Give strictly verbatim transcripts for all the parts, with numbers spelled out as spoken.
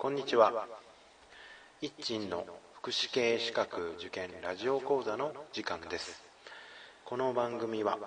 こんにちは。一鎮の福祉系資格受験ラジオ講座の時間です。この番組は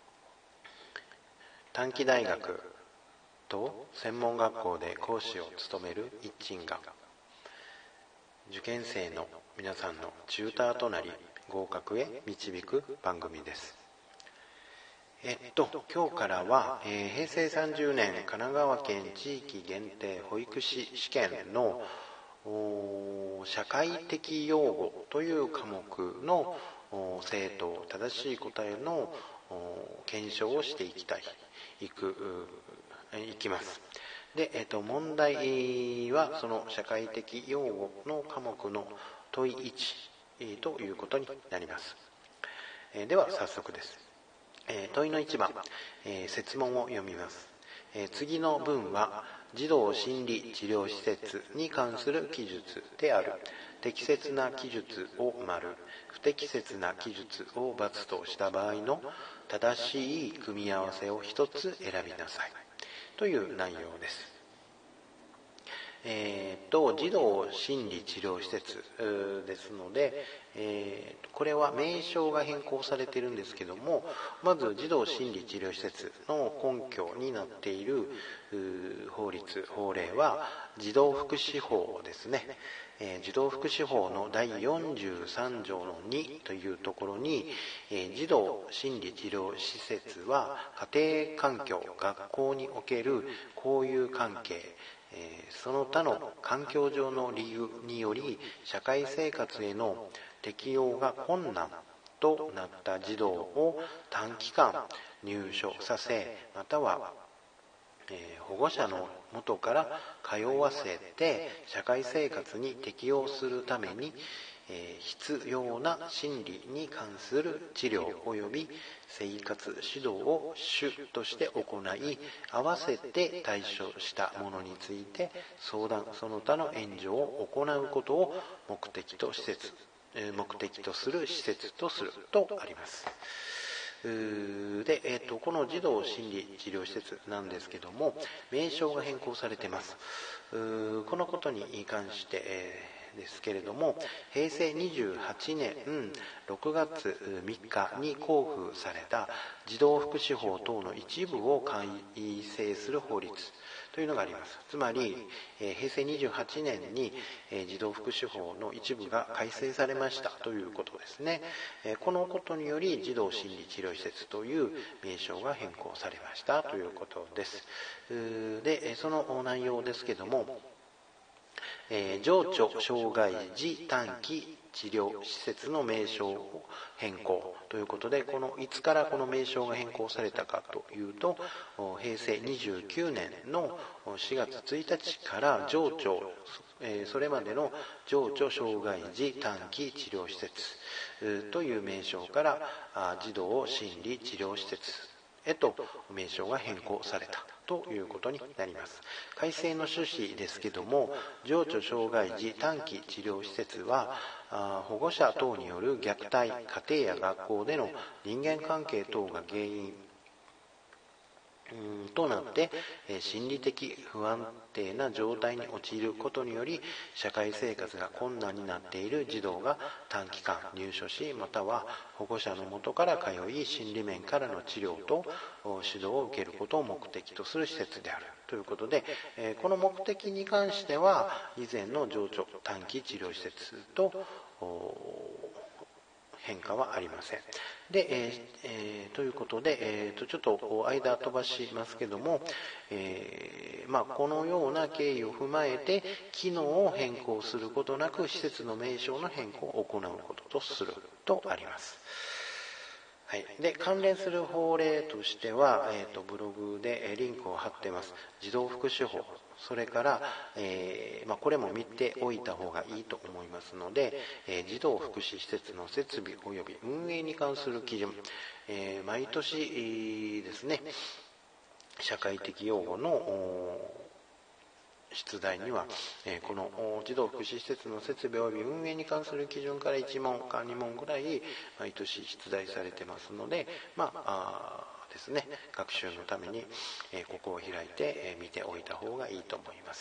短期大学と専門学校で講師を務める一鎮が受験生の皆さんのチューターとなり合格へ導く番組です。えっと、今日からは、えー、へいせいさんじゅうねん神奈川県地域限定保育士試験の社会的養護という科目の正答正しい答えの検証をしていきたい、いく、いきます。で、えっと、問題はその社会的養護の科目の問いいちということになります。えー、では早速です。えー、問いのいちばん、えー、設問を読みます。えー、次の文は児童心理治療施設に関する記述である。適切な記述を丸、不適切な記述を×とした場合の正しい組み合わせを一つ選びなさいという内容です。えー、と児童心理治療施設ですので、えー、これは名称が変更されているんですけども、まず児童心理治療施設の根拠になっている法律法令は児童福祉法ですね。えー、児童福祉法のだいよんじゅうさんじょうのにというところに、えー、児童心理治療施設は家庭環境、学校における交友関係、えー、その他の環境上の理由により社会生活への適応が困難となった児童を短期間入所させ、または、えー、保護者の元から通わせて社会生活に適応するために、えー、必要な心理に関する治療及び生活指導を主として行い、合わせて対処したものについて相談、その他の援助を行うことを目的と施設、目的とする施設とするとあります。で、えーと、この児童心理治療施設なんですけども、名称が変更されています。このことに関して、えーですけれども、へいせいにじゅうはちねんろくがつみっかに公布された児童福祉法等の一部を改正する法律というのがあります。つまり、へいせいにじゅうはちねんに児童福祉法の一部が改正されましたということですね。このことにより児童心理治療施設という名称が変更されましたということです。で、その内容ですけども、えー、情緒障害児短期治療施設の名称を変更ということで、このいつからこの名称が変更されたかというと、へいせいにじゅうきゅうねんのしがつついたちから情緒、えー、それまでの情緒障害児短期治療施設という名称から児童心理治療施設へと名称が変更されたということになります。改正の趣旨ですけども、情緒障害児短期治療施設は保護者等による虐待、家庭や学校での人間関係等が原因となって心理的不安定な状態に陥ることにより社会生活が困難になっている児童が短期間入所し、または保護者の元から通い心理面からの治療と指導を受けることを目的とする施設であるということで、この目的に関しては以前の情緒短期治療施設と変化はありません。で、えーえー、ということで、えー、とちょっと間飛ばしますけども、えーまあ、このような経緯を踏まえて機能を変更することなく施設の名称の変更を行うこととするとあります。はい、で関連する法令としては、えー、とブログでリンクを貼ってます。児童福祉法、それから、えーまあ、これも見ておいた方がいいと思いますので、えー、児童福祉施設の設備及び運営に関する基準、えー、毎年ですね、社会的養護の出題には、えー、この児童福祉施設の設備及び運営に関する基準からいち問かに問ぐらい毎年出題されてますので、まあ、あですね、学習のために、えー、ここを開いて、えー、見ておいた方がいいと思います。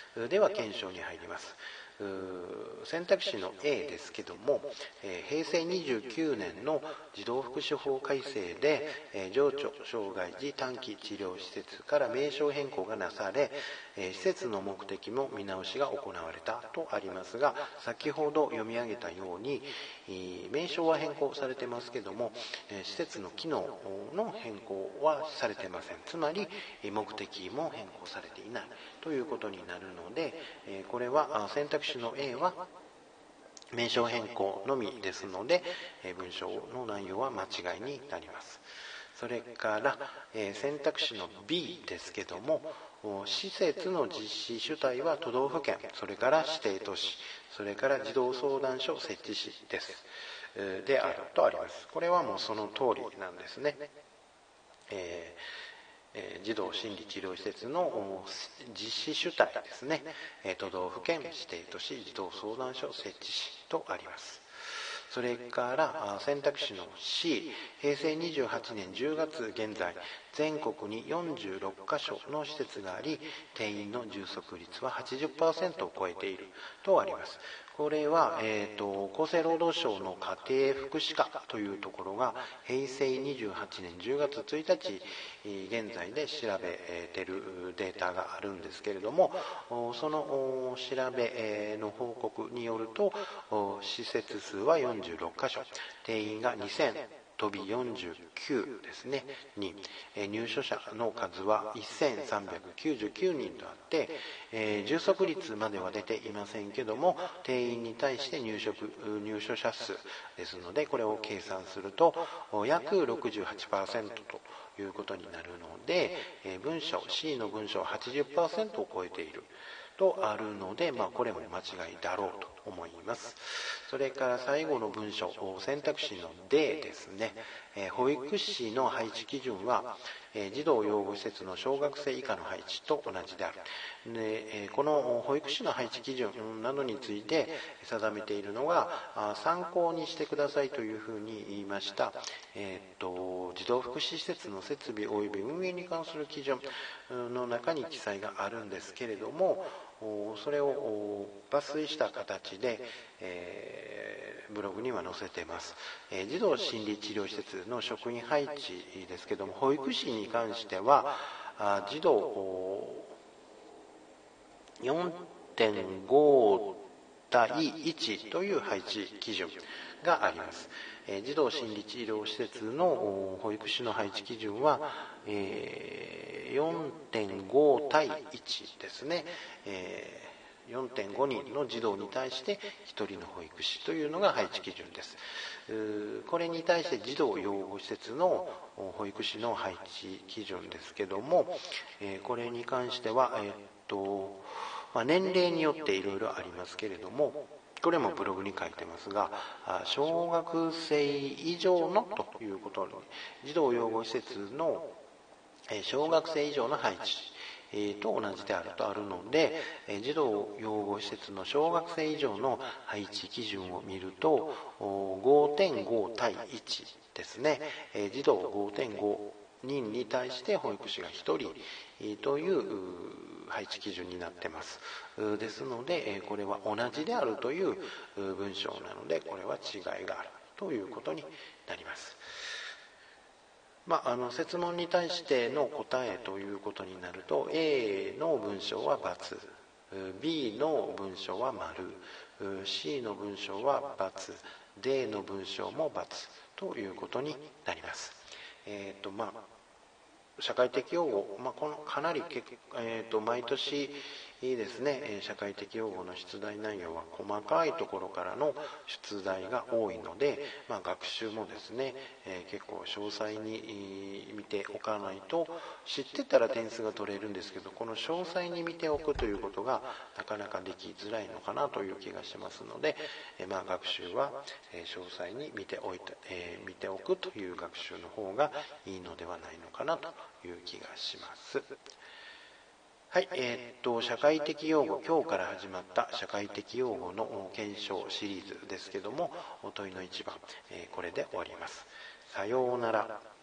では検証に入ります。選択肢の A ですけども、えー、へいせいにじゅうきゅうねんの児童福祉法改正で、えー、情緒障害児短期治療施設から名称変更がなされ、えー、施設の目的も見直しが行われたとありますが、先ほど読み上げたように、えー、名称は変更されてますけども、えー、施設の機能の変更はされてません。つまり目的も変更されていないということになるので、えー、これは選択肢の A は名称変更のみですので、えー、文章の内容は間違いになります。それから、えー、選択肢の B ですけども、施設の実施主体は都道府県、それから指定都市、それから児童相談所設置市です、えー、であるとあります。これはもうその通りなんですね。えー児童心理治療施設の実施主体ですね、都道府県、指定都市、児童相談所設置市とあります。それから選択肢の C、へいせいにじゅうはちねんじゅうがつ現在、全国によんじゅうろっかしょの施設があり、定員の充足率は はちじゅっパーセント を超えているとあります。これは、えーと、厚生労働省の家庭福祉課というところが、へいせいにじゅうはちねんじゅうがつついたち現在で調べているデータがあるんですけれども、その調べの報告によると、施設数はよんじゅうろっかしょ、定員がにせん飛びよんじゅうきゅうですね、に入所者の数はせんさんびゃくきゅうじゅうきゅうにんとあって、えー、充足率までは出ていませんけども、定員に対して入職入所者数ですので、これを計算すると約 ろくじゅうはちパーセント ということになるので、えー、文章 C の文章 はちじゅっパーセント を超えているとあるので、まあ、これも間違いだろうと思います。それから最後の文章、選択肢の D ですね。えー、保育士の配置基準は、えー、児童養護施設の小学生以下の配置と同じである。で、えー、この保育士の配置基準などについて定めているのが、参考にしてくださいというふうに言いました、えー、と児童福祉施設の設備及び運営に関する基準の中に記載があるんですけれども、それを抜粋した形で、えー、ブログには載せています。えー、児童心理治療施設の職員配置ですけども、保育士に関してはあ児童 よんてんご 対いちという配置基準があります。えー、児童心理治療施設の保育士の配置基準は、えー、よんてんご 対いちですね。えーよんてんごにんの児童に対してひとりの保育士というのが配置基準です。これに対して児童養護施設の保育士の配置基準ですけども、これに関しては、えーっとまあ、年齢によっていろいろありますけれども、これもブログに書いてますが、小学生以上のということに、児童養護施設の小学生以上の配置と同じであるとあるので、児童養護施設の小学生以上の配置基準を見ると ごてんご 対いちですね。児童 ごてんご 人に対して保育士がひとりという配置基準になっています。ですので、これは同じであるという文章なので、これは違いがあるということになります。まあ、あの設問に対しての答えということになると、 A の文章は×、 B の文章は丸、 C の文章は×、 D の文章も×ということになります。えーとまあ社会的用語、まあ、このかなりけ、えー、と毎年ですね、社会的用語の出題内容は細かいところからの出題が多いので、まあ、学習もですね、えー、結構詳細に見ておかないと、知ってたら点数が取れるんですけど、この詳細に見ておくということがなかなかできづらいのかなという気がしますので、えーまあ、学習は詳細に見ておいて、えー、見ておくという学習の方がいいのではないのかなという気がします。はい、えー、っと社会的用語、今日から始まった社会的用語の検証シリーズですけども、問いのいちばん、えー、これで終わります。さようなら。